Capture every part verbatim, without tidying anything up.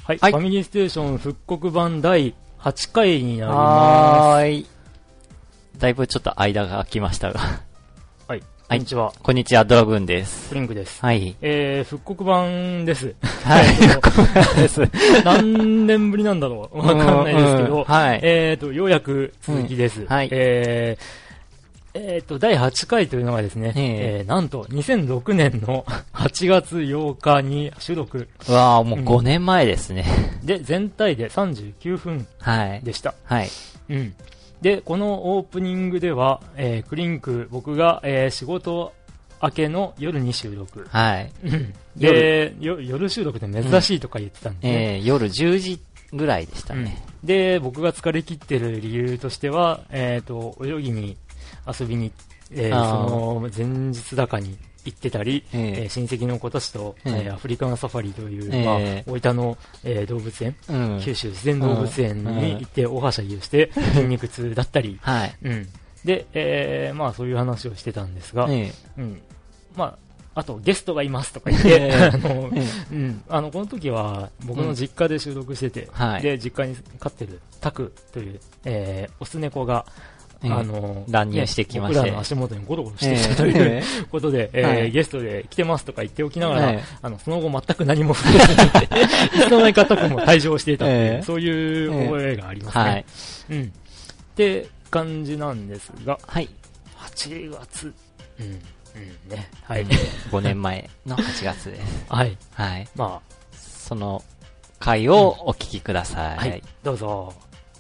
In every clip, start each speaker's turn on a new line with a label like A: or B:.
A: はい、
B: はい、
A: ファミリーステーション復刻版だいはちかいになります。
B: はーい。だいぶちょっと間が空きましたが。
A: はい、こんにちは。
B: こんにちは、ドラグーンです。
A: フリンクです。
B: はい。
A: えー、復刻版です。
B: はい、復刻版です。
A: 何年ぶりなんだろうわかんないですけど、
B: はい。
A: えーと、ようやく続きです。
B: うん、はい。
A: えー、えーと、だいはちかいというのがですね、えー、えー、なんとにせんろくねんのはちがつようかに収録。
B: うわー、もうごねんまえですね。
A: うん、で、全体でさんじゅうきゅうふんでした。
B: はい。はい。
A: うん。で、このオープニングでは、えー、クリンク、僕が、えー、仕事明けの夜に収録。
B: はい。
A: で、夜, 夜収録って珍しいとか言ってたんで、ね、
B: うん、えー、夜じゅうじぐらいでしたね。
A: うん、で、僕が疲れ切ってる理由としては、えっと、泳ぎに遊びに、えー、その前日だかに行ってたり、えーえー、親戚の子たちと、えー、アフリカンサファリという、えーまあ、大分の、えー、動物園、うん、九州自然動物園に行って大はしゃぎをして筋肉痛だったり、はい、うん、で、えー、まあそういう話をしてたんですが、えーうん、まああとゲストがいますとか言って、あの、うん、あのこの時は僕の実家で収録してて、うんはい、で実家に飼ってるタクという、えー、オス猫が
B: えー、あの乱入してきまして、
A: 僕らの足元にゴロゴロしてきたということで、えーえーはい、ゲストで来てますとか言っておきながら、えー、あのその後全く何も触れずにいつの間にかタクも退場していたという、えー、そういう覚えがありますね。はい、うん。って感じなんですが、はい、はちがつ、うん、うんね、はい、
B: ごねんまえのはちがつです。
A: はい、
B: はい、まあその回をお聞きください。うん、
A: はい、どうぞ。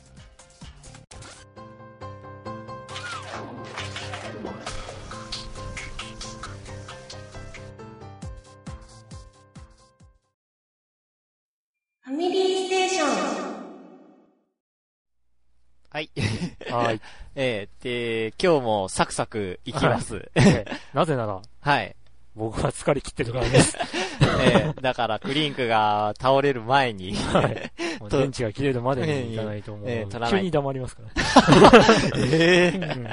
C: ファミリーステーション。
B: はい。はい。えー、で、今日もサクサクいきます。はい
A: えー、なぜなら、
B: はい。
A: 僕は疲れ切ってるからです。
B: えー、だからクリンクが倒れる前に、
A: はい、もう電池が切れるまでにいかないと思う。えー、急に黙りますから。えーうん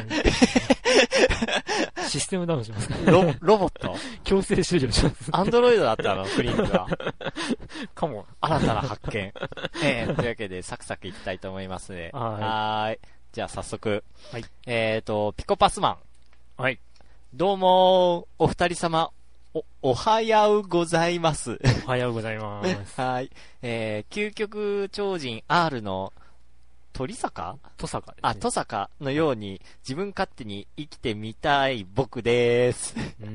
A: システムダウンしますから
B: ロ、ロボット
A: 強制終了します。
B: アンドロイドだったの、クリンクが。
A: かも。
B: 新たな発見。えー、というわけで、サクサクいきたいと思いますね。はい。はーい。じゃあ、早速。はい。えーと、ピコパスマン。はい。どうも、お二人様、お、おはようございます。
A: おはようございます。
B: はい。えー、究極超人 R の、鳥坂
A: トサカですね。
B: あ、トサカのように自分勝手に生きてみたい僕でーす。うん。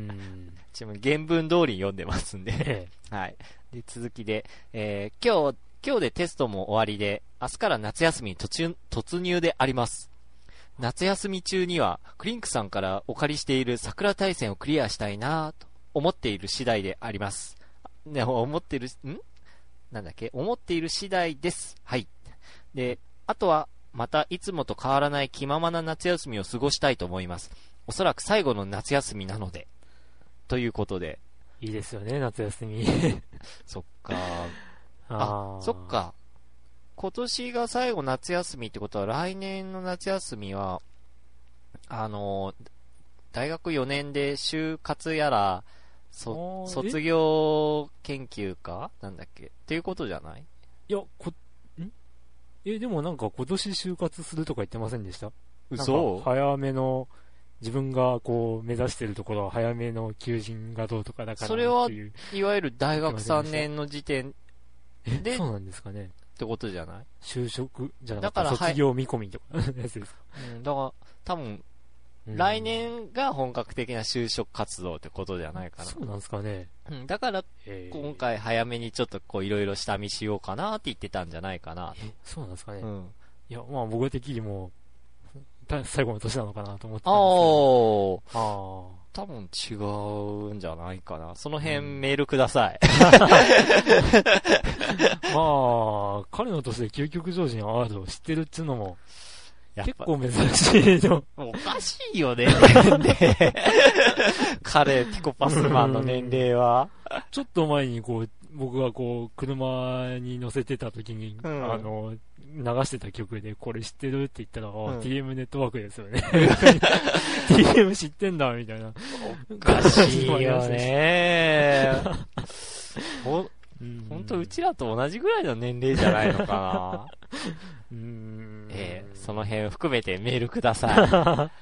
B: ちなみに原文通り読んでますんで。はい。で、続きで、えー、今日、今日でテストも終わりで、明日から夏休みに突突入であります。夏休み中には、クリンクさんからお借りしている桜大戦をクリアしたいなと思っている次第であります。ね、思っている、んなんだっけ思っている次第です。はい。で、あとは、またいつもと変わらない気ままな夏休みを過ごしたいと思います。おそらく最後の夏休みなので。ということで。
A: いいですよね、夏休み。
B: そっか。あ、そっか。今年が最後夏休みってことは、来年の夏休みは、あの、大学よねんで就活やら、そ卒業研究かなんだっけっていうことじゃない？
A: いや、こ、え、でもなんか今年就活するとか言ってませんでした？
B: 嘘？
A: 早めの、自分がこう目指してるところは早めの求人がどうとかだからっていう。
B: それはいわゆる大学さんねんの時点で。
A: そうなんですかね。
B: ってことじゃない？
A: 就職じゃなくて卒業見込みとかやつですか。
B: うん、だから多分、うん、来年が本格的な就職活動ってことじゃないかな。
A: そうなんですかね。
B: うん、だから、今回早めにちょっとこういろいろ下見しようかなって言ってたんじゃないかな。
A: え、そうなんですかね。うん。いや、まあ僕的にも、最後の年なのかなと思ってた
B: んですけど。ああ。多分違うんじゃないかな。その辺、うん、メールください。
A: まあ、彼の年で究極超人 R を知ってるっていうのも、結構珍しいの。
B: おかしいよね、年齢。彼、ピコパスマンの年齢は。
A: ちょっと前にこう、僕がこう、車に乗せてた時に、うん、あの、流してた曲で、これ知ってるって言ったら、うん、ティーエム ネットワークですよね。ティーエム 知ってんだ、みたいな。
B: おかしいよね。ほ、うん、本とうちらと同じぐらいの年齢じゃないのかな。
A: うーん
B: えー、その辺含めてメールください。はい。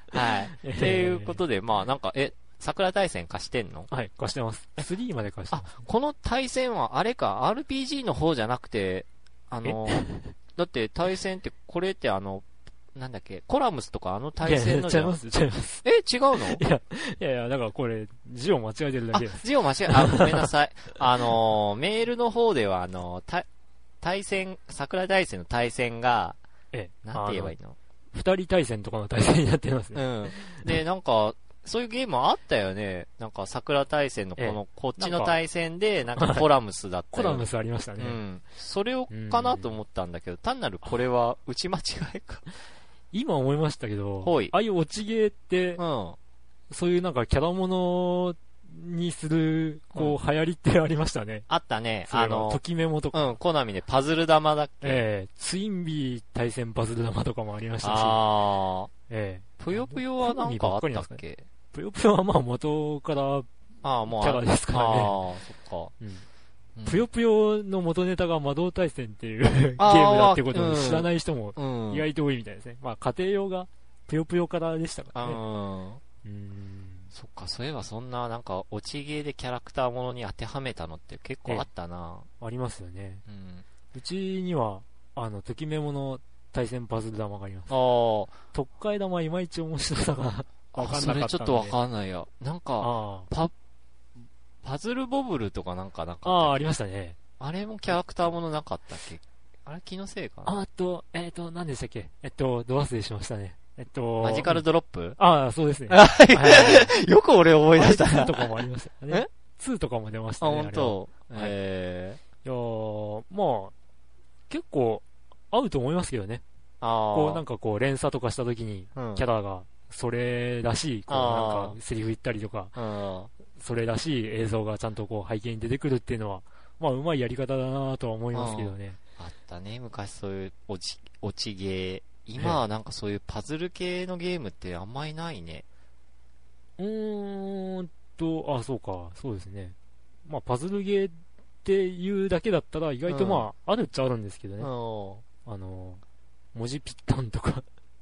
B: ということで、まあなんか、え、桜大戦貸してんの？
A: はい、貸してます。スリーまで貸してます。
B: あ、この対戦はあれか、アールピージー の方じゃなくて、あの、だって対戦って、これってあの、なんだっけ、コラムスとかあの対戦の
A: じゃん。違います、違います。
B: え、違うの？
A: いや、いやいや、だからこれ、字を間違えてるだけです。
B: 字を間違え、あ、ごめんなさい。あの、メールの方では、あの、た対戦、桜大戦の対戦が、
A: え、
B: なんて言えばいいの？
A: 二人対戦とかの対戦になってますね。
B: うん。で、なんか、そういうゲームあったよね。なんか桜大戦のこの、こっちの対戦で、なんかコラムスだった
A: コラムスありましたね。
B: うん。それをかなと思ったんだけど、単なるこれは打ち間違いか。
A: 今思いましたけど、
B: ほい。
A: ああいう落ちゲーって、うん、そういうなんかキャラものにする、こう、流行りってありましたね。
B: あったね。あの、
A: ときメモとか。
B: うん、コナミでパズル玉だっけ？
A: ええー、ツインビー対戦パズル玉とかもありましたし。
B: ああ。
A: ええ
B: ー。ぷよぷよはなんかあったっけ？
A: ぷよぷよはまあ元から、
B: ああ、もう、
A: キャラですからね。ああ、
B: そっか。うん
A: ぷよぷよの元ネタが魔導対戦っていうゲームだってことを知らない人も意外と多いみたいですね。まあ家庭用がぷよぷよからでしたからね。
B: うん。そっか、そういえばそんななんか落ちゲーでキャラクターものに当てはめたのって結構あったな。
A: ありますよね。
B: うん。
A: うちには、あの、ときメモの対戦パズル玉があります。あ
B: あ。
A: 特会玉いまいち面白さがわかんなかったんで。
B: それちょっとわかんないや。なんか、パパズルボブルとかなんかなかったっけ？
A: ああ、ありましたね。
B: あれもキャラクターものなかったっけ？あれ気のせいかな？
A: あと、えっ、ー、と、何でしたっけ？えっと、ド忘れしましたね。えっと、
B: マジカルドロップ？
A: ああ、そうですね。
B: よく俺思い出したな。
A: ツーとかもありましたね。え ?ツー とかも出ましたね。
B: あ、ほんと。へ
A: ー。いやー、まあ、結構、合うと思いますけどね。
B: あ
A: こう、なんかこう、連鎖とかした時に、キャラが、それらしい、こう、なんか、セリフ言ったりとか、それらしい映像がちゃんとこう背景に出てくるっていうのは、まあうまいやり方だなとは思いますけどね。
B: あったね、昔そういう落ち、落ちゲー。今はなんかそういうパズル系のゲームってあんまりないね。
A: うーんと、あ、そうか、そうですね。まあパズルゲーっていうだけだったら意外とまあ、うん、あるっちゃあるんですけどね。あの、文字ピッタンとか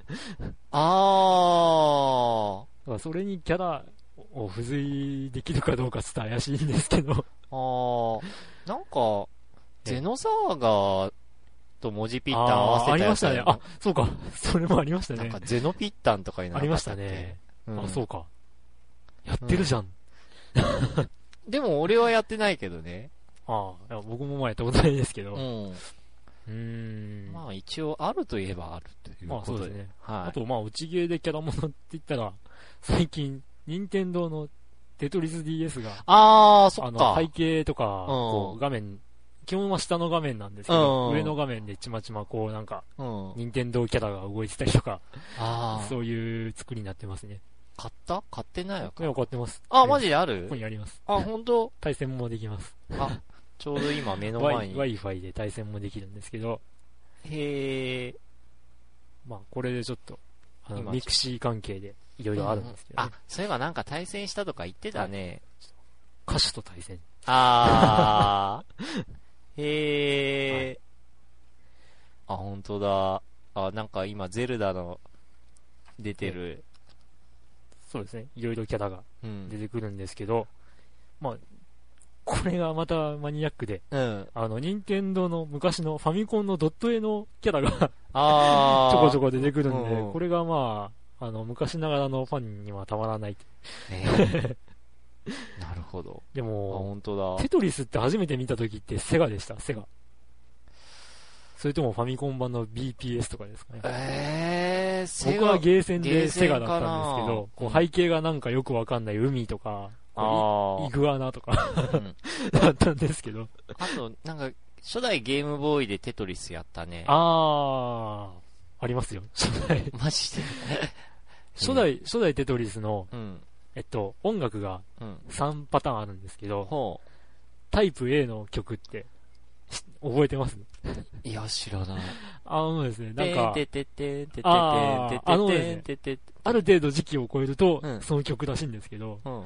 B: あー。
A: だからそれにキャラ、を付随できるかどうかちょっと怪しいんですけどあ
B: ー、なんか、ゼノサーガーと文字ピッタン合わせたやつ
A: ありましたね。あ、そうか。それもありましたね。
B: なんかゼノピッタンとかにな
A: りましたね。うん、あ、そうか。やってるじゃん。うん、
B: でも俺はやってないけどね。
A: ああ、いや僕もまあやったことないですけど。
B: うん。うーん。まあ一応あるといえばあるということで。まあそうですね。はい。
A: あとまあ内ゲーでキャラものって言ったら、最近、任天堂のテトリス ディーエス が、
B: あー、そっか。あ
A: の、背景とか、こう、画面、基本は下の画面なんですけど、上の画面でちまちまこう、なんか、任天堂キャラが動いてたりとか、そういう作りになってますね。
B: 買った買ってないよ。
A: いや、買ってます。
B: あ、マジである？
A: ここにあります。
B: あ、ほんと？
A: 対戦もできます。
B: あ、ちょうど今目の前に。
A: Wi-Fi で対戦もできるんですけど、
B: へー。
A: まあ、これでちょっと、あの、ミクシー関係で、いろいろあるんですけど、ね
B: うん、あ、そういえばなんか対戦したとか言ってたね。
A: 歌手と対戦。
B: あー。へー。はい、あ、ほんとだ。あ、なんか今ゼルダの出てる。
A: そうですね。いろいろキャラが出てくるんですけど、うん、まあ、これがまたマニアックで、
B: うん、
A: あの、任天堂の昔のファミコンのドット絵のキャラがあちょこちょこ出てくるんで、うん、これがまあ、あの、昔ながらのファンにはたまらない。
B: ね、なるほど。
A: でも、
B: 本当だ。
A: テトリスって初めて見た時ってセガでした、セガ。それともファミコン版の ビーピーエス とかですかね。
B: えー、セガ。
A: 僕はゲーセンでセガだったんですけど、こう背景がなんかよくわかんない海とか、イグアナとか、うん、だったんですけど。
B: あと、なんか、初代ゲームボーイでテトリスやったね。
A: あー。ありますよ、初代。
B: マジで
A: 初代、初代テトリスの、
B: うん、
A: えっと、音楽がさんパターンあるんですけど、
B: うん、
A: タイプ A の曲って、覚えてます？
B: いや、知らない。
A: あのですね、なんか、
B: てててててて
A: ああのですね、ある程度時期を超えると、
B: うん、
A: その曲らしいんですけど、
B: うん、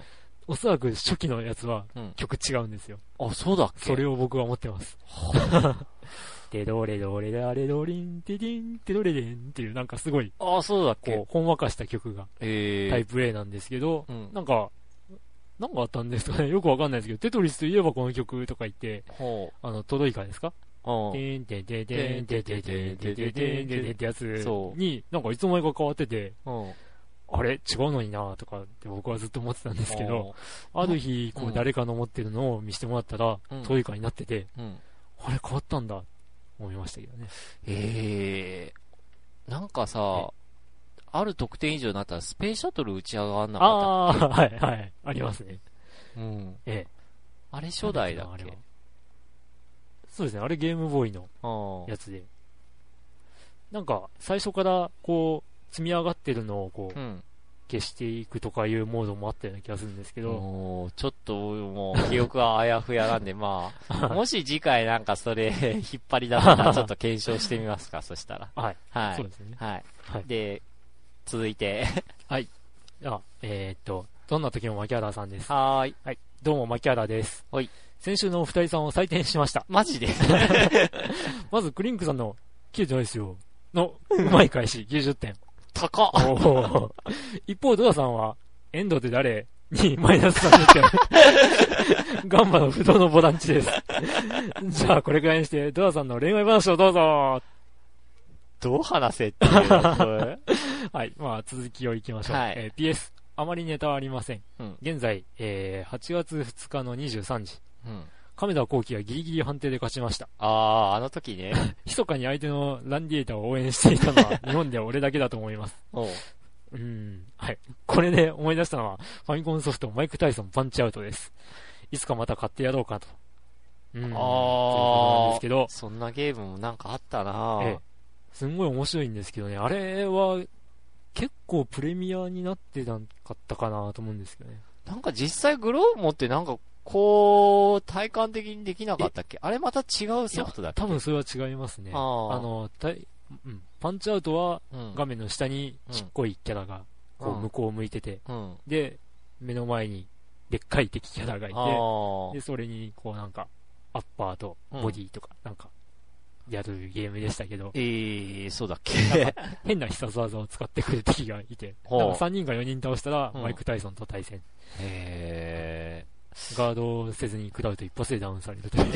A: おそらく初期のやつは曲違うんですよ。
B: うん、あ、そうだっけ？
A: それを僕は思ってます。でどれどれだれどりんてりんてどれでんっていうなんかすごい、
B: あ、そうだっけ？
A: こう、ほんわかした曲がタイプ A なんですけど、えー、なんか、なんかあったんですかね、よくわかんないですけど、テトリスといえばこの曲とか言って、あの、トドイカですか？てんてんてんてんてんてんてんてんてんてんてんってやつに、なんかいつの間にか変わってて、あれ違うのになとかって僕はずっと思ってたんですけど、ある日、こう誰かの持ってるのを見せてもらったら、トドイカになってて、あれ変わったんだ思いましたけどね。
B: えー、なんかさ、ある得点以上になったらスペースシャトル打ち上がんなかったっけ？
A: ああ、はいはい、ありますね。
B: うん。
A: ええ。
B: あれ初代だっけ？
A: そうですね、あれゲームボーイのやつで。なんか、最初からこう、積み上がってるのをこう、うん、消していくとかいうモードもあったような気がするんですけど。
B: ちょっともう、記憶があやふやなんで、まあ、もし次回なんかそれ引っ張り出したらちょっと検証してみますか、そしたら。
A: はい。
B: はい。
A: そうですね。
B: はい。はい、で、続いて。
A: はい。あ、えー、っと、どんな時も牧原さんです。
B: はーい。
A: はい。どうも牧原です。
B: はい。
A: 先週のお二人さんを採点しました。
B: マジで
A: まずクリンクさんのきゅうじゅうないですよのうまい返しきゅうじゅってん。
B: 高っ
A: 一方ドアさんはエンドで誰にマイナスさんじゅってん。ガンバの不動のボランチです。じゃあこれくらいにしてドアさんの恋愛話をどうぞ。
B: どう話せっていうの
A: はい。まあ続きをいきましょう。
B: はい、
A: えー、ピーエス あまりネタはありません。
B: うん、
A: 現在、えー、はちがつふつかのにじゅうさんじ。
B: うん、
A: 亀田光輝がギリギリ判定で勝ちました。
B: ああ、あの時ね。
A: 密かに相手のランディエーターを応援していたのは日本では俺だけだと思います。
B: おう。
A: うーん。はい。これで思い出したのはファミコンソフトマイク・タイソンパンチアウトです。いつかまた買ってやろうかと。
B: うん。ああ。
A: なんですけど。
B: そんなゲームもなんかあったな、
A: ええ。すんごい面白いんですけどね。あれは結構プレミアになってなかったかなと思うんですけどね。
B: なんか実際グローブ持ってなんかこう、体感的にできなかったっけ？あれまた違うソフトだっけ？
A: 多分それは違いますね。あの、たいうん、パンチアウトは画面の下にちっこいキャラがこう向こう向いてて、
B: うん、
A: で、目の前にでっかい敵キャラがいて、で、それにこうなんか、アッパーとボディとかなんか、やるゲームでしたけど。
B: ええー、そうだっけ
A: なんか変な必殺技を使ってくる敵がいて、なんかさんにんかよにん倒したら、マイク・タイソンと対戦。
B: うん、へー。
A: ガードせずに食らうと一発でダウンされるという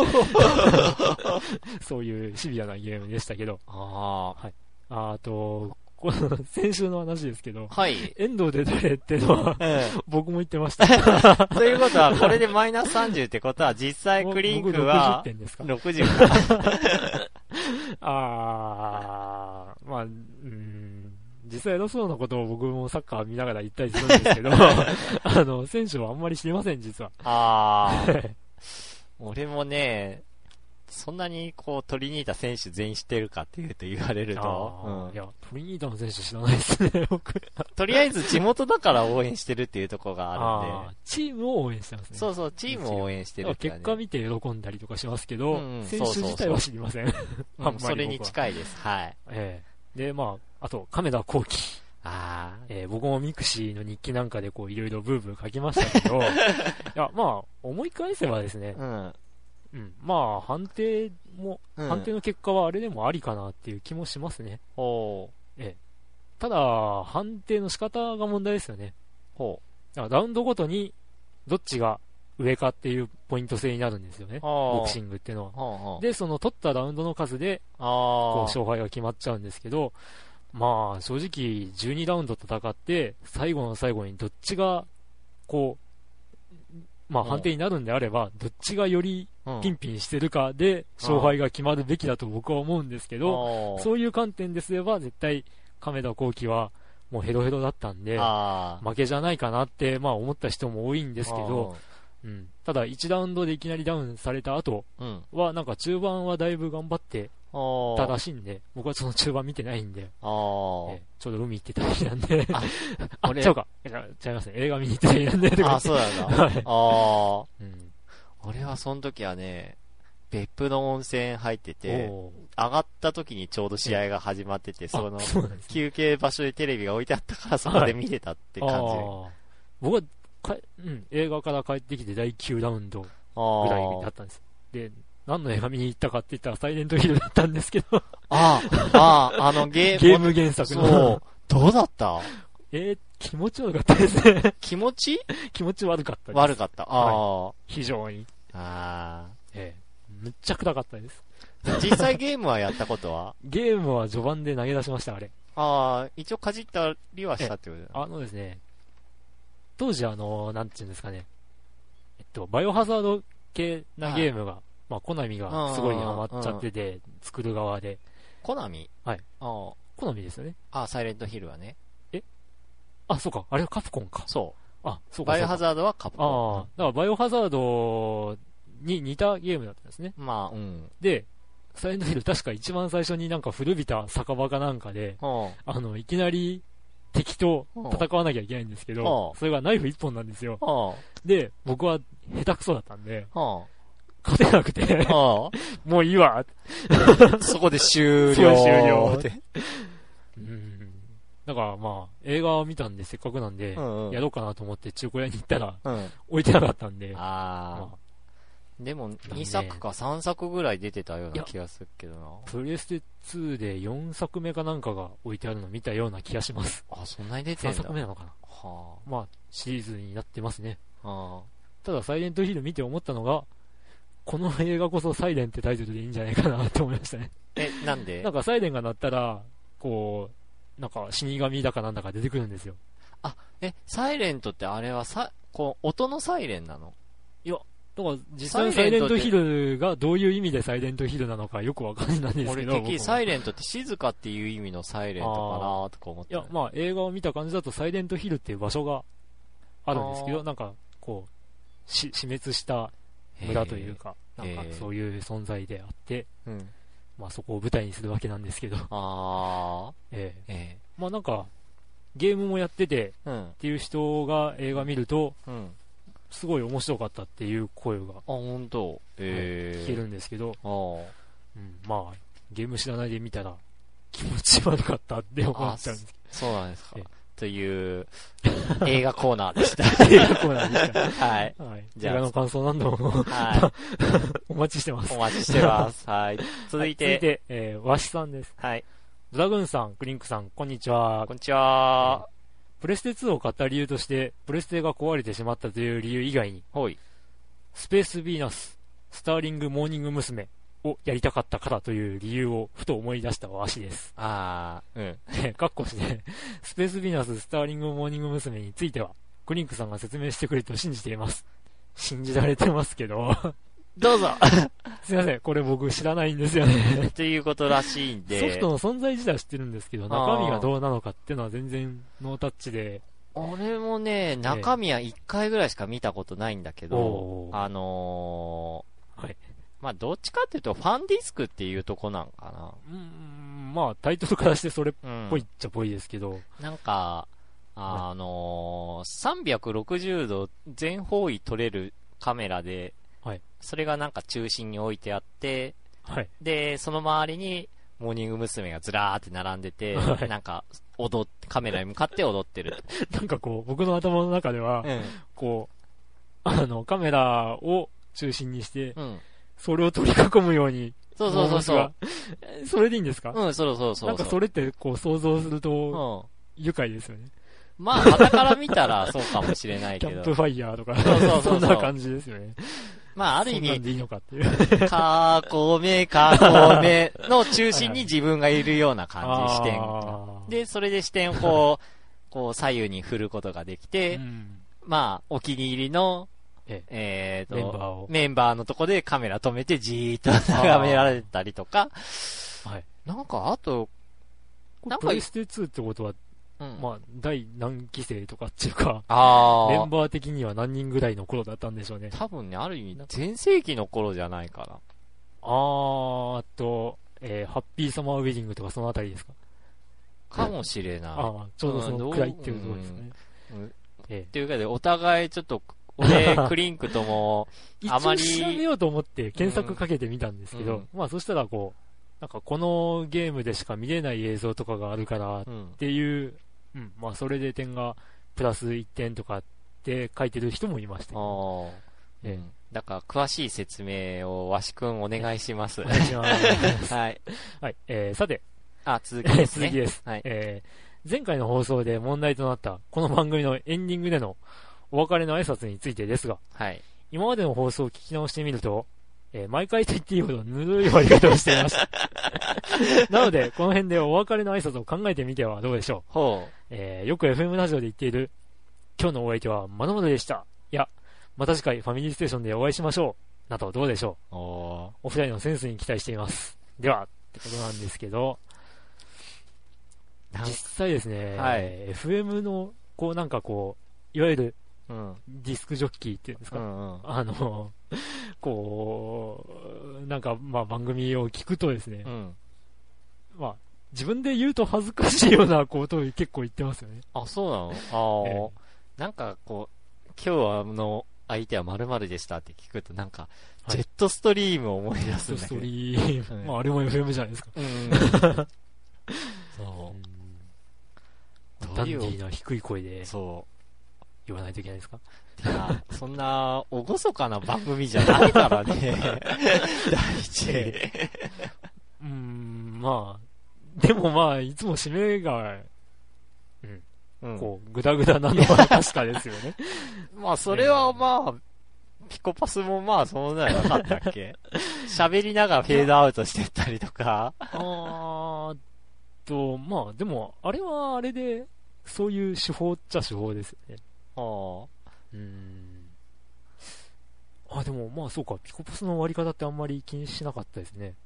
A: そういうシビアなゲームでしたけど。
B: あ
A: あ。はい。あと、この先週の話ですけど、
B: はい。
A: 遠藤で誰ってのは、ええ、僕も言ってました。
B: ということは、これでマイナスさんじゅうってことは、実際クリンクは、
A: ろくじゅってんですか？
B: ろくじゅうか。
A: あー、まあ、うーん。実際偉そうなことを僕もサッカー見ながら言ったりするんですけど、あの、選手はあんまり知りません、実は。
B: あー。俺もね、そんなにこう、トリニータ選手全員知ってるかっていうと言われると、
A: うん、いや、トリニータの選手知らないですね、僕。
B: とりあえず地元だから応援してるっていうところがあるんで。
A: あチームを応援してますね。
B: そうそう、チームを応援してるって、ね、
A: 結果見て喜んだりとかしますけど、うんうん、選手自体は知りません。
B: そうそうそううん、それに近いです。はい。
A: ええー、で、まあ、あと、亀田光輝。
B: あ
A: えー、僕もミクシーの日記なんかでこういろいろブーブー書きましたけど、いや、まあ、思い返せばですね、
B: うん。
A: うん。まあ、判定も、うん、判定の結果はあれでもありかなっていう気もしますね。
B: ほう。
A: ええ。ただ、判定の仕方が問題ですよね。
B: ほ
A: う。だからラウンドごとに、どっちが上かっていうポイント制になるんですよね。ボクシングっていうのは。で、その取ったラウンドの数で、こう、勝敗が決まっちゃうんですけど、まあ、正直、じゅうにラウンド戦って、最後の最後にどっちが、こう、まあ判定になるんであれば、どっちがよりピンピンしてるかで、勝敗が決まるべきだと僕は思うんですけど、そういう観点ですれば、絶対、亀田光輝は、もうヘロヘロだったんで、負けじゃないかなって、まあ思った人も多いんですけど、うん、ただいちラウンドでいきなりダウンされた後は、なんか中盤はだいぶ頑張って、たらしいんで、僕はその中盤見てないんで、
B: あー
A: えちょうど海行ってた日なんで、あ、あ
B: 俺
A: ちゃうか、違いますね、映画見に行ってた日なんで、
B: あ、そうなんだ。
A: はい、
B: あ
A: うん、
B: 俺はその時はね、別府の温泉入ってて、上がった時にちょうど試合が始まってて、その、休憩場所でテレビが置いてあったからそこで見てたって感じ。
A: はい、僕はか、うん、映画から帰ってきてだいきゅうラウンドぐらいだったんです。で、何の映画見に行ったかって言ったらサイレントヒルだったんですけど。
B: ああ、ああ、あのゲーム。
A: ゲーム原作の。
B: そう。どうだった？
A: えー、気持ち悪かったですね。
B: 気持ち
A: 気持ち悪かったです。
B: 悪かった。ああ、
A: はい。非常に。
B: ああ。
A: ええ。むっちゃ暗かったです。
B: 実際ゲームはやったことは？
A: ゲームは序盤で投げ出しました、あれ。
B: ああ、一応かじったりはしたってことだ。
A: あのですね、当時あの、なんていうんですかね、えっと、バイオハザード系なゲームが、はい、まあ、コナミがすごいハマっちゃってて、作る側で。
B: コナミ？
A: はい。
B: ああ。
A: コナミですよね。
B: ああ、サイレントヒルはね。
A: えあ、そうか。あれはカプコンか。
B: そう。
A: あ、そうか。
B: バイオハザードはカプコン。
A: ああ。だからバイオハザードに似たゲームだったんですね。
B: まあ、うん。で、
A: サイレントヒル確か一番最初になんか古びた酒場かなんかで、あの、いきなり敵と戦わなきゃいけないんですけど、それがナイフ一本なんですよ。で、僕は下手くそだったんで、勝てなくて、もういいわ。
B: そこで終了。
A: 終了。うん。だからまあ、映画を見たんでせっかくなんで、うんうん、やろうかなと思って中古屋に行ったら、うん、置いてなかったんで。
B: ああ。まあでも、にさくかさんさくぐらい出てたような気がするけどな。
A: プレステツーでよんさくめかなんかが置いてあるの見たような気がします。
B: あ、そんなに出てるんだ。
A: さんさくめなのかな。はあ。まあ、シリーズになってますね。
B: はあ。
A: ただ、サイレントヒル見て思ったのが、この映画こそサイレンってタイトルでいいんじゃないかなって思いましたね。
B: え、なんで？
A: なんかサイレンが鳴ったら、こう、なんか死神だかなんだか出てくるんですよ。
B: あ、え、サイレントってあれはさ、こう、音のサイレンなの？
A: いや、だから実際サイレントヒルがどういう意味でサイレントヒルなのかよくわかんないんですけど。
B: 俺的にサイレントって静かっていう意味のサイレントかなとか思って。
A: いや、まあ映画を見た感じだとサイレントヒルっていう場所があるんですけど、なんかこう、し、死滅した村というか、なんかそういう存在であって、うん、まあそこを舞台にするわけなんですけど。
B: あ
A: ええええ、まあなんか、ゲームもやってて、うん、っていう人が映画見ると、うんすごい面白かったっていう声が、あ、
B: 本当、え
A: ー、聞けるんですけど、あ、うん、まあ、ゲーム知らないで見たら気持ち悪かったって思っちゃうんですけど。
B: そうなんですか。という映画コーナーでした。
A: 映画コーナーでした。
B: はい。
A: はい、じゃあ、映画の感想何度も、はい、お待ちしてます。
B: お待ちしてます。はい。続いて、はい、
A: 続いて、えー、わしさんです。
B: はい。
A: ドラグーンさん、クリンクさん、こんにちは。
B: こんにちは。
A: プレステツーを買った理由として、プレステが壊れてしまったという理由以外に、
B: はい。
A: スペースヴィーナス、スターリングモーニング娘。をやりたかったからという理由をふと思い出したわしです。
B: あー、
A: うん。かっこして、スペースヴィーナス、スターリングモーニング娘。については、クリンクさんが説明してくれると信じています。信じられてますけど。
B: どうぞ
A: すいません、これ僕知らないんですよね。
B: っていうことらしいんで。
A: ソフトの存在自体は知ってるんですけど、中身がどうなのかっていうのは全然ノータッチで。
B: 俺もね、中身はいっかいぐらいしか見たことないんだけど、あの
A: ー、はい。
B: まあ、どっちかっていうと、ファンディスクっていうとこなんかな。
A: うーん、まあ、タイトルからしてそれっぽいっちゃぽいですけど。うん、
B: なんか、あのー、さんびゃくろくじゅうど全方位撮れるカメラで、
A: はい。
B: それがなんか中心に置いてあって、
A: はい。
B: で、その周りに、モーニング娘。がずらーって並んでて、はい、なんか、踊って、カメラに向かって踊ってる。
A: なんかこう、僕の頭の中では、うん、こう、あの、カメラを中心にして、うん、それを取り囲むように、
B: そうそうそうそう。
A: それでいいんですか？
B: うん、そうそうそう。
A: なんかそれってこう想像すると、愉快ですよね。
B: まあ、傍から見たらそうかもしれないけど。
A: キャンプファイヤーとか、
B: そうそうそうそう
A: そんな感じですよね。
B: まあ、ある意味、
A: そんなんでいいのかっていう。
B: かこめ、かこめの中心に自分がいるような感じ、視点。で、それで視点をこう、こう左右に振ることができて、うん、まあ、お気に入りの、え, えー、と
A: メンバーを
B: メンバーのとこでカメラ止めてじーっと眺められたりとか、
A: はい、
B: なんかあと、
A: なんかプレステツーってことは、うん、まあ、第何期生とかっていうか、
B: あ
A: メンバー的には何人ぐらいの頃だったんでしょうね。
B: 多分ね、ある意味、全盛期の頃じゃないかな。
A: あー、あと、えー、ハッピーサマーウェディングとかそのあたりですか？
B: かもしれない。
A: ああ、ちょうどそのくらいっていうことですね。
B: うんうんえー、っていうかで、お互いちょっと、俺、クリンクとも、あまり。
A: 一応調べようと思って検索かけてみたんですけど、うん、まあそしたらこう、なんかこのゲームでしか見れない映像とかがあるからっていう、うん、うん、まあそれで点がプラスいってんとかっって書いてる人もいましたけど、
B: ね。ええ、だから詳しい説明をわしくんお願いします。お
A: 願いします。
B: はい。
A: はい。えー、さて。
B: あ、続きですね。
A: 続きです。はい。えー、前回の放送で問題となったこの番組のエンディングでのお別れの挨拶についてですが、
B: はい。
A: 今までの放送を聞き直してみると、えー、毎回と言っていいほどぬるい終わり方をしていました。なので、この辺でお別れの挨拶を考えてみてはどうでしょう。
B: ほう。
A: えー、よく エフエム ラジオで言っている、今日のお相手はまるまるでした。いや、また次回ファミリーステーションでお会いしましょう。などどうでしょう。お, お二人のセンスに期待しています。では、ってことなんですけど、実際ですね、はい、エフエム の、こうなんかこう、いわゆる、うん、ディスクジョッキーっていうんですか、うんうん、あの、こう、なんか、まあ番組を聞くとですね、うん、まあ、自分で言うと恥ずかしいようなことを結構言ってますよね。
B: あ、そうなの？ああ、えー、なんかこう、今日はあの、相手は〇〇でしたって聞くとなんか、ジェットストリームを思い出すんだけど。
A: ジェットストリーム。うん、まああれも エフエム じゃないですか。うん。そう。ダンディーな低い声で。そう。言わないといけないですか？
B: いや、そんな、おごそかな番組じゃないからね。第一。
A: うーん、まあ、でもまあ、いつも締めが、うん。うん、こう、ぐだぐだなのは確かですよね。
B: まあ、それはまあ、ピコパスもまあ、そんなのなかったっけ？喋りながらフェードアウトしてったりとか。
A: あーと、まあ、でも、あれはあれで、そういう手法っちゃ手法ですよね。ああ。うーん。あ、でも、まあそうか、ピコパスの終わり方ってあんまり気にしなかったですね。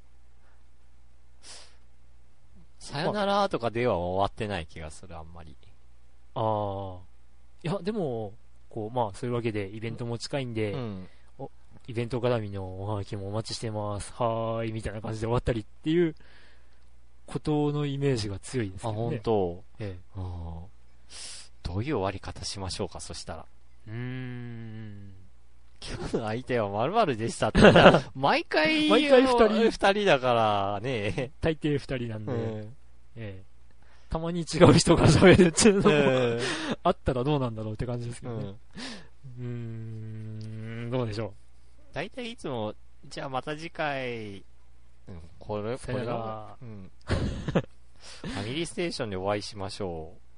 B: さよならとかでは終わってない気がする、あんまり。
A: ああ。いや、でも、こう、まあ、そういうわけで、イベントも近いんで、うん、おイベント絡みのおはがきもお待ちしてます。はーい、みたいな感じで終わったりっていうことのイメージが強いですね。あ、
B: 本当。ええ。あどういう終わり方しましょうか、そしたら。うーん。今日の相手は〇〇でしたって。毎回、
A: 毎回二人。
B: 二人だからね。
A: 大抵二人なんで。うん、ええ。たまに違う人が喋るっていうのも、えー、あったらどうなんだろうって感じですけどね。うん、うーん、どうでしょう。
B: 大体いつも、じゃあまた次回、うん、これ、これが、うん。ファミリーステーションでお会いしましょう。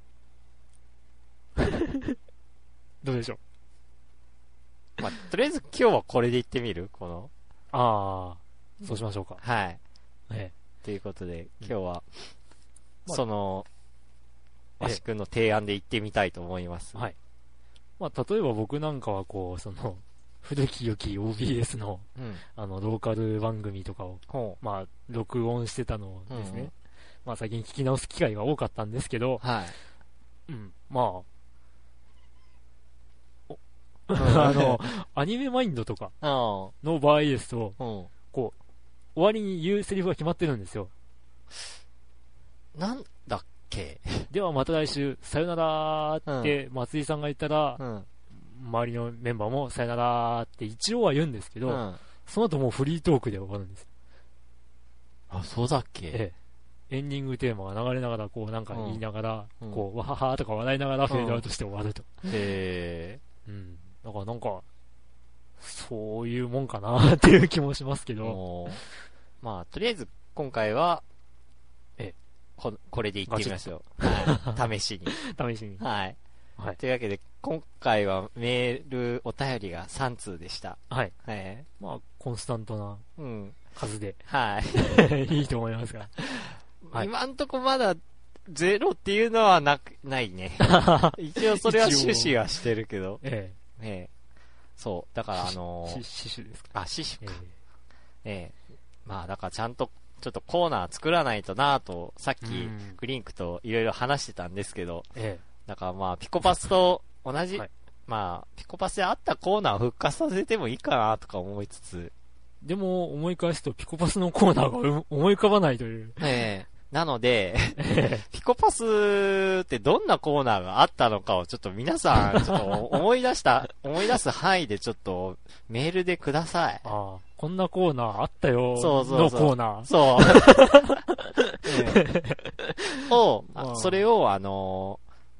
A: どうでしょ
B: う。まあ、とりあえず今日はこれで行ってみるこの。
A: ああ、そうしましょうか。
B: はい。ええ。ということで、今日は、うん、その、わしくんの提案で行ってみたいと思います。
A: はい。まあ、例えば僕なんかはこう、その、古き良き オービーエス の、うん、あの、ローカル番組とかを、まあ、録音してたのですね。うん、まあ、最近聞き直す機会が多かったんですけど、はい。うん、まあ、あの、アニメマインドとかの場合ですと、うん、こう、終わりに言うセリフが決まってるんですよ。
B: なんだっけ
A: ではまた来週、さよならって松井さんが言ったら、うん、周りのメンバーもさよならって一応は言うんですけど、うん、その後もうフリートークで終わるんですよ。
B: あ、そうだっけ、
A: ええ、エンディングテーマが流れながら、こうなんか言いながら、うん、こう、わははとか笑いながらフェードアウトして終わると。うん、へー。うん。だからなんか、そういうもんかなっていう気もしますけど。
B: まあ、とりあえず今回は、え、こ、これでいってみましょう。はい。試しに。
A: 試しに。
B: はい。はい。というわけで、今回はメール、お便りがさん通でした。
A: はい。はい。まあ、コンスタントな数で。
B: うん、はい。
A: いいと思いますが。
B: はい、今んとこまだ、ゼロっていうのはなく、ないね。一応それは趣旨はしてるけど。ええ。ええ、そう。だからあのー、
A: シシュですか。
B: あ、シシュか。ええ。ええ。まあだからちゃんと、ちょっとコーナー作らないとなぁと、さっき、グリンクといろいろ話してたんですけど、ええ。だからまあ、ピコパスと同じ、はい、まあ、ピコパスであったコーナーを復活させてもいいかなとか思いつつ。
A: でも、思い返すとピコパスのコーナーが思い浮かばないという。
B: ええ。なので、ピコパスってどんなコーナーがあったのかをちょっと皆さん、ちょっと思い出した、思い出す範囲でちょっとメールでください。
A: ああ、こんなコーナーあったよ。そうそうそう。のコーナー。
B: そう。を、まあ、それをあの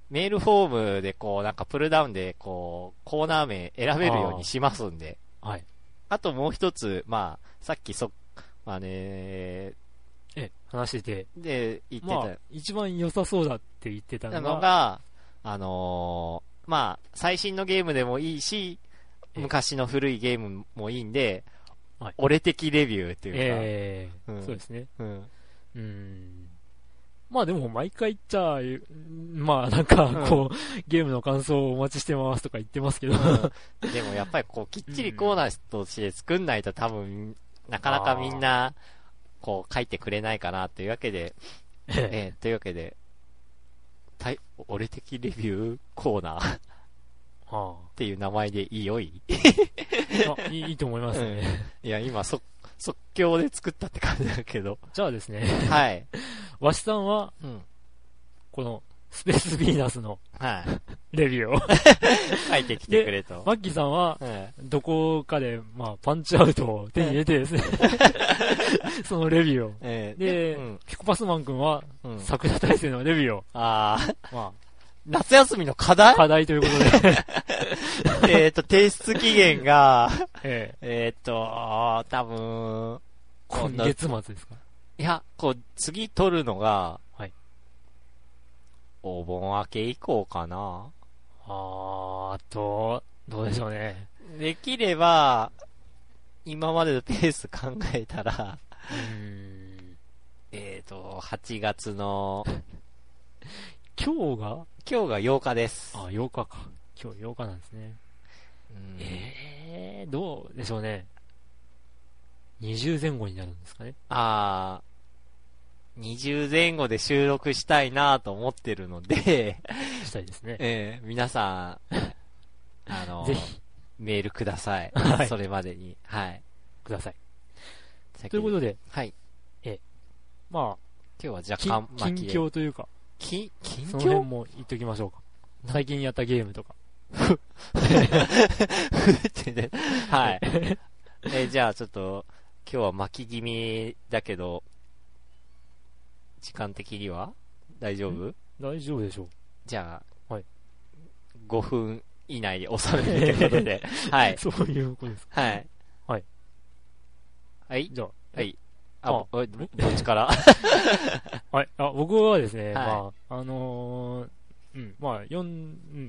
B: メールフォームでこう、なんかプルダウンでこう、コーナー名選べるようにしますんで。
A: はい。
B: あともう一つ、まあ、さっきそ、まあね、
A: え、話してて。
B: で、言ってた。
A: まあ、一番良さそうだって言ってたのが、
B: のがあのー、まあ、最新のゲームでもいいし、昔の古いゲームもいいんで、はい、俺的レビューっていうか。
A: えーうん、そうですね。うん。うんまあでも毎回言っちゃ、まあなんかこう、うん、ゲームの感想をお待ちしてますとか言ってますけど、
B: うん、でもやっぱりこうきっちりコーナーとして作んないと多分、なかなかみんな、こう書いてくれないかなというわけで、えー、というわけで、たい俺的レビューコーナーはあ、っていう名前でいいよい
A: あいいいいと思いますね。
B: うん、いや、今そ、即興で作ったって感じだけど。
A: じゃあですね。
B: はい。
A: わしさんは、うん、この、スペースヴィーナスの、
B: はい。
A: レビューを
B: 書いてきてくれと。
A: マッキーさんは、どこかで、まあ、パンチアウトを手に入れてですね、そのレビューを。えー、で、うん、ピコパスマン君は、うん、桜大戦のレビューを。
B: ああ。まあ、夏休みの課題
A: 課題ということ
B: で。えっと、提出期限が、えー、えー、っと、多分、
A: 今月末ですか？
B: いや、こう、次取るのが、はい。お盆明け以降かな。
A: あー、あと、どうでしょうね。
B: できれば、今までのペース考えたら、うーんえっと、はちがつの、
A: 今日が
B: 今日がようかです。
A: あ、ようかか。今日ようかなんですね。うんえー、どうでしょうね。にじゅう前後になるんですかね。
B: あー、にじゅう前後で収録したいなと思ってるので、
A: したいですね。
B: えー、皆さん、あの、ぜひ、メールください。はい、それまでに。はい。
A: ください。ということで、
B: はい。
A: え、まあ、
B: 今日は若干
A: 近況というか、
B: き、近況
A: その辺も言っときましょうか。最近やったゲームとか。
B: ふってね。はい。えー、じゃあちょっと、今日は巻き気味だけど、時間的には大丈夫？
A: 大丈夫でしょう。
B: じゃ
A: あ、はい。
B: ごふん以内で収めるということで。はい。
A: そういうことですか。
B: はい。
A: はい。
B: はい。
A: じゃあ、
B: はい。あ、あどっちから
A: はい。あ、僕はですね、はい、まあ、あのー、うん、まあ、よん、うん、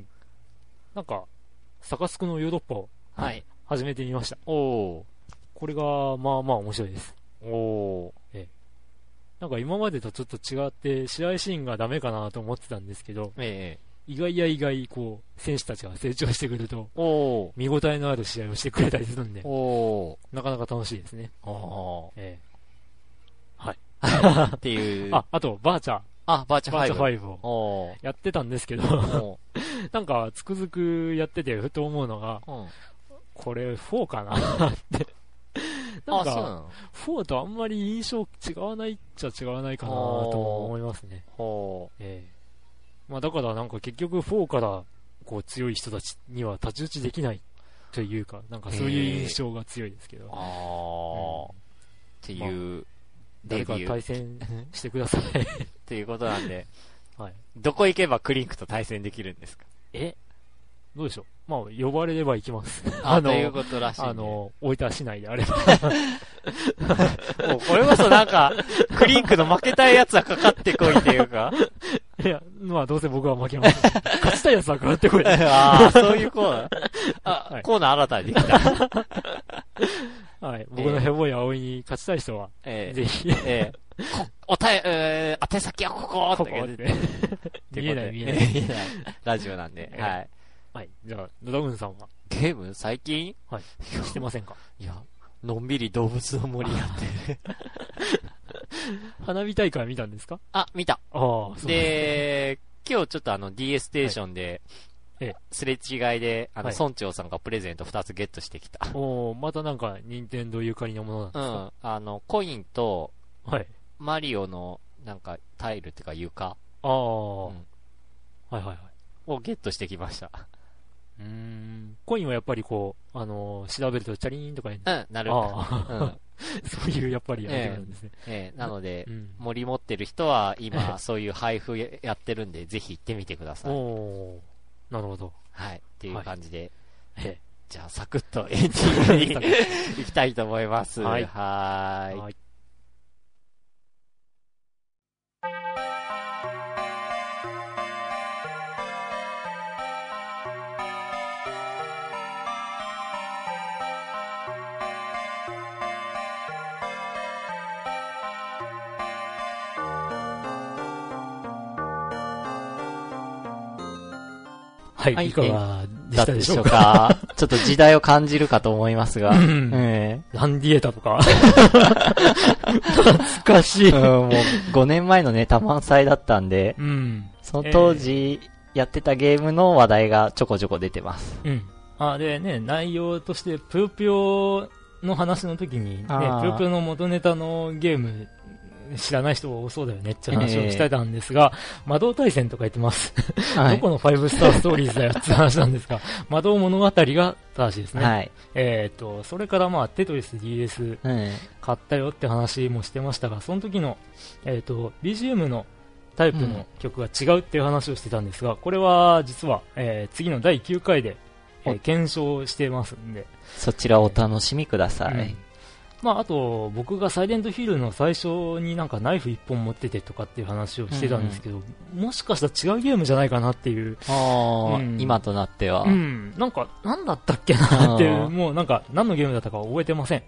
A: なんか、サカスクのヨーロッパを、はい。始めてみました。
B: おー。
A: これが、まあまあ面白いです。
B: おー。
A: ええ。なんか今までとちょっと違って、試合シーンがダメかなと思ってたんですけど、
B: ええ。
A: 意外や意外、こう、選手たちが成長してくると、
B: お
A: 見応えのある試合をしてくれたりするんで、
B: お
A: なかなか楽しいですね。
B: お
A: ええ。はい。
B: っていう。
A: あ、あと、バーチャー。
B: あ、バーチャーファイブ。
A: バーチャーファイブをやってたんですけど、なんか、つくづくやっててふと思うのが、うん、これフォーかなって。なんか、フォーとあんまり印象違わないっちゃ違わないかなと思いますね。
B: ほう。
A: ええ。まあだからなんか結局フォーからこう強い人たちには太刀打ちできないというか、なんかそういう印象が強いですけど。
B: ああ、うん。っていう、まあ、
A: 誰か対戦してください。
B: っていうことなんで、
A: はい。
B: どこ行けばクリンクと対戦できるんですか？
A: えどうでしょう。まあ、呼ばれれば行きます。
B: あの、ということらしい、ね。
A: あの、大分市内であれば。
B: もうこれこそなんか、クリンクの負けたいやつはかかってこいっていうか。
A: いや、まあどうせ僕は負けます。勝ちたいやつはかかってこい。
B: ああ、そういうコーナー。あ、はい、コーナー新たにできた。
A: はい。僕のヘボい葵に勝ちたい人は、えー、ぜひ。
B: えー、おたえ、えー、宛先はここ
A: ここって。見えない見えない。
B: 見えない。ラジオなんで。はい。
A: はい。じゃあ、野田軍さんは
B: ゲーム最近
A: はい。してませんか？
B: いや、のんびり動物の森やってる。
A: 花火大会見たんですか？
B: あ、見た。
A: ああ、そう
B: で、今日ちょっとあの ディーエス ステーションで、はい、すれ違いで、あの、はい、村長さんがプレゼントふたつゲットしてきた。
A: おー、またなんか、任天堂ゆかりのものなんですか？
B: うん。あの、コインと、
A: はい。
B: マリオの、なんか、タイルっていうか床。
A: ああ、うん。はいはいはい。
B: をゲットしてきました。
A: うーん。コインはやっぱりこう、あのー、調べるとチャリーンとか言う。
B: うん、なる。
A: あ
B: うん、
A: そういうやっぱりやるんですね。
B: ええええ、なので、うん、森持ってる人は今、そういう配布やってるんで、ぜひ行ってみてください。
A: おー、なるほど。
B: はい。っていう感じで。
A: はい、
B: じゃあ、サクッとエンディングに行きたいと思います。はい。はーい。はい。
A: はい、はい、いかがでしたでしょうか。
B: ちょっと時代を感じるかと思いますが。うん
A: えー、ランディエータとか。懐かしい、うん。
B: もうごねんまえのね、多摩祭だったんで、うん、その当時やってたゲームの話題がちょこちょこ出てます。
A: うん。あ、でね、内容として、ぷよぷよの話の時に、ね、ぷよぷよの元ネタのゲーム、知らない人多そうだよねって話をしてたんですが、えー、魔導対戦とか言ってます。はい、どこのファイブスターストーリーズだよって話なんですが、魔導物語が正しいですね。はい、えっ、ー、と、それからまあ、テトリス ディーエス 買ったよって話もしてましたが、その時の、えっ、ー、と、ビージーエム のタイプの曲が違うっていう話をしてたんですが、これは実は、えー、次のだいきゅうかいで、えー、検証してますんで。
B: そちらをお楽しみください。うん
A: まあ、あと、僕がサイレントヒルの最初になんかナイフ一本持っててとかっていう話をしてたんですけど、うん、もしかしたら違うゲームじゃないかなっていう。
B: ああ、うん、今となっては。
A: うん。なんか、なんだったっけなっていう、もうなんか、何のゲームだったか覚えてません。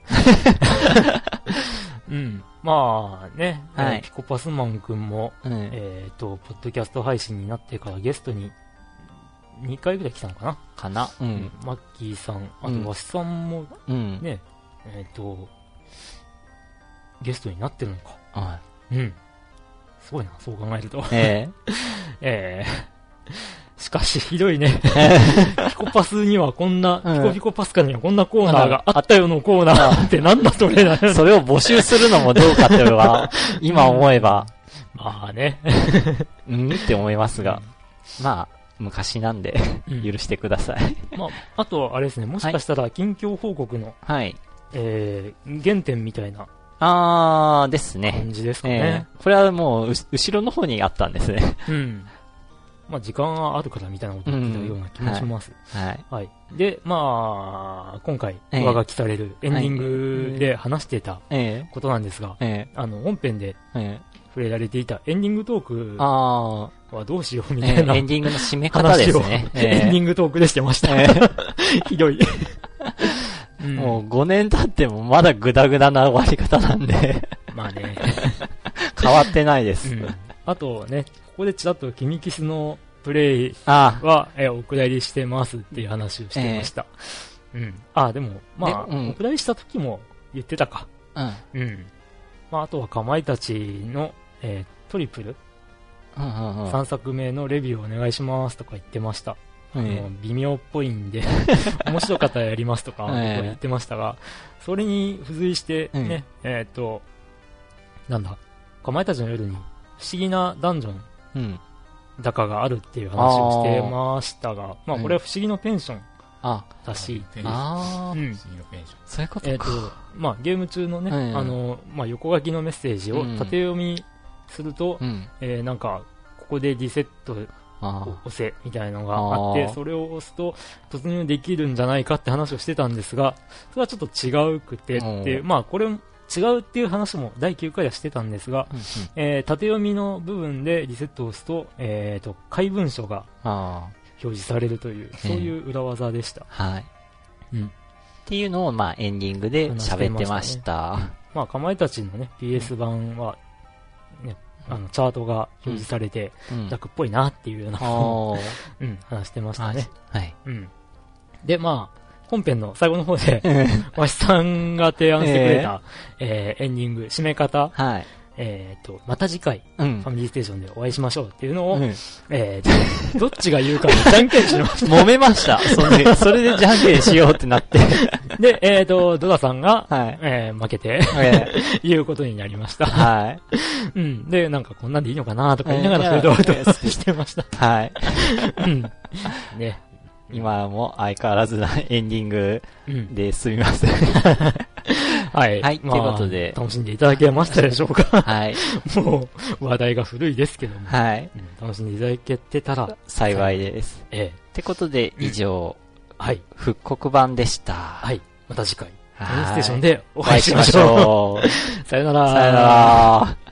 A: うん。まあね、はい、ピコパスマン君も、うん、えっと、ポッドキャスト配信になってからゲストににかいぐらい来たのかな
B: かな。
A: うん。マッキーさん、あと、ワシさんもね、うん、えっと、ゲストになってるのか。はい。うん。すごいな、そう考えると。ええー。ええー。しかし、ひどいね。ピコパスにはこんな、うん、ピコピコパスカにはこんなコーナーがあったよのコーナーってなんだそれな。
B: それを募集するのもどうかっていうのは、今思えば。
A: まあね。
B: うんって思いますが。うん、まあ、昔なんで、許してください。
A: うん、まあ、あと、あれですね、もしかしたら近況報告の、はい。えー、原点みたいな。
B: あーですね。
A: 感じですかね。
B: えー、これはもう、後ろの方にあったんですね。
A: うん。まあ、時間があるからみたいなこと言ってたような気もします。うん、はい。はい。で、まあ、今回、上書きされるエンディングで話してたことなんですが、えー、あの、本編で触れられていたエンディングトークはどうしようみたいな、
B: えー、エンディングの締め方ですね。
A: えー、エンディングトークでしてました。えー、ひどい。
B: うん、もうごねん経ってもまだグダグダな終わり方なんで。
A: まあね。
B: 変わってないです。うん、
A: あとね、ここでちらっとキミキスのプレイは、えお蔵入りしてますっていう話をしてました。えー、うん。あ、でも、まあ、うん、お蔵入りした時も言ってたか。うん。うん。まあ、あとはかまいたちの、えー、トリプル、うんうんうん、さんさくめのレビューお願いしますとか言ってました。うん、微妙っぽいんで面白かったらやりますとか言ってましたが、それに付随してね、うん、えっ、ー、と、なんだ、かまいたちの夜に不思議なダンジョン高があるっていう話をしてましたが、まあこれは不思議のペンションだし、
B: ああ、うん、不思議のペンション。そういうことか。えっ、ー、と、
A: まあゲーム中のね、うん、あの、まあ横書きのメッセージを縦読みすると、うん、えー、なんか、ここでリセット押せみたいなのがあって、それを押すと突入できるんじゃないかって話をしてたんですが、それはちょっと違うくてって、まあこれも違うっていう話もだいきゅうかいはしてたんですが、うんうん、えー、縦読みの部分でリセットを押すと、えーと、怪文書が表示されるという、そういう裏技でした。
B: はい。うん。っていうのを、まあエンディングで喋ってました。
A: ね、まあかまいたちのね、ピーエス 版は、ね、あのチャートが表示されて、うん、楽っぽいなっていうような、うん、話してましたね。はい。うん。で、まあ、本編の最後の方で、わしさんが提案してくれた、えー、エンディング、締め方、はい、えっ、ー、と、また次回、うん、ファミリーステーションでお会いしましょうっていうのを、うん、えー、どっちが言うかでじゃんけんしました。
B: 揉めました。それで、それでじゃんけんしようってなって。
A: で、えっ、ー、と、ドダさんが、はい、えー、負けて、えー、いうことになりました。はい。うん。で、なんかこんなんでいいのかなとか言いながら、それで終わりしてました。はい。うん。ね。
B: 今も相変わらずなエンディングですみません。うん、
A: はい。
B: はい。と、まあ、いうことで。
A: 楽しんでいただけましたでしょうか。
B: はい。
A: もう、話題が古いですけども。
B: はい、
A: うん。楽しんでいただけてたら
B: 幸いです。
A: ええ。
B: ってことで、以上、
A: うん、はい。
B: 復刻版でした。
A: はい。また次回、メインステーションでお会いしましょう。さよなら。
B: さよなら。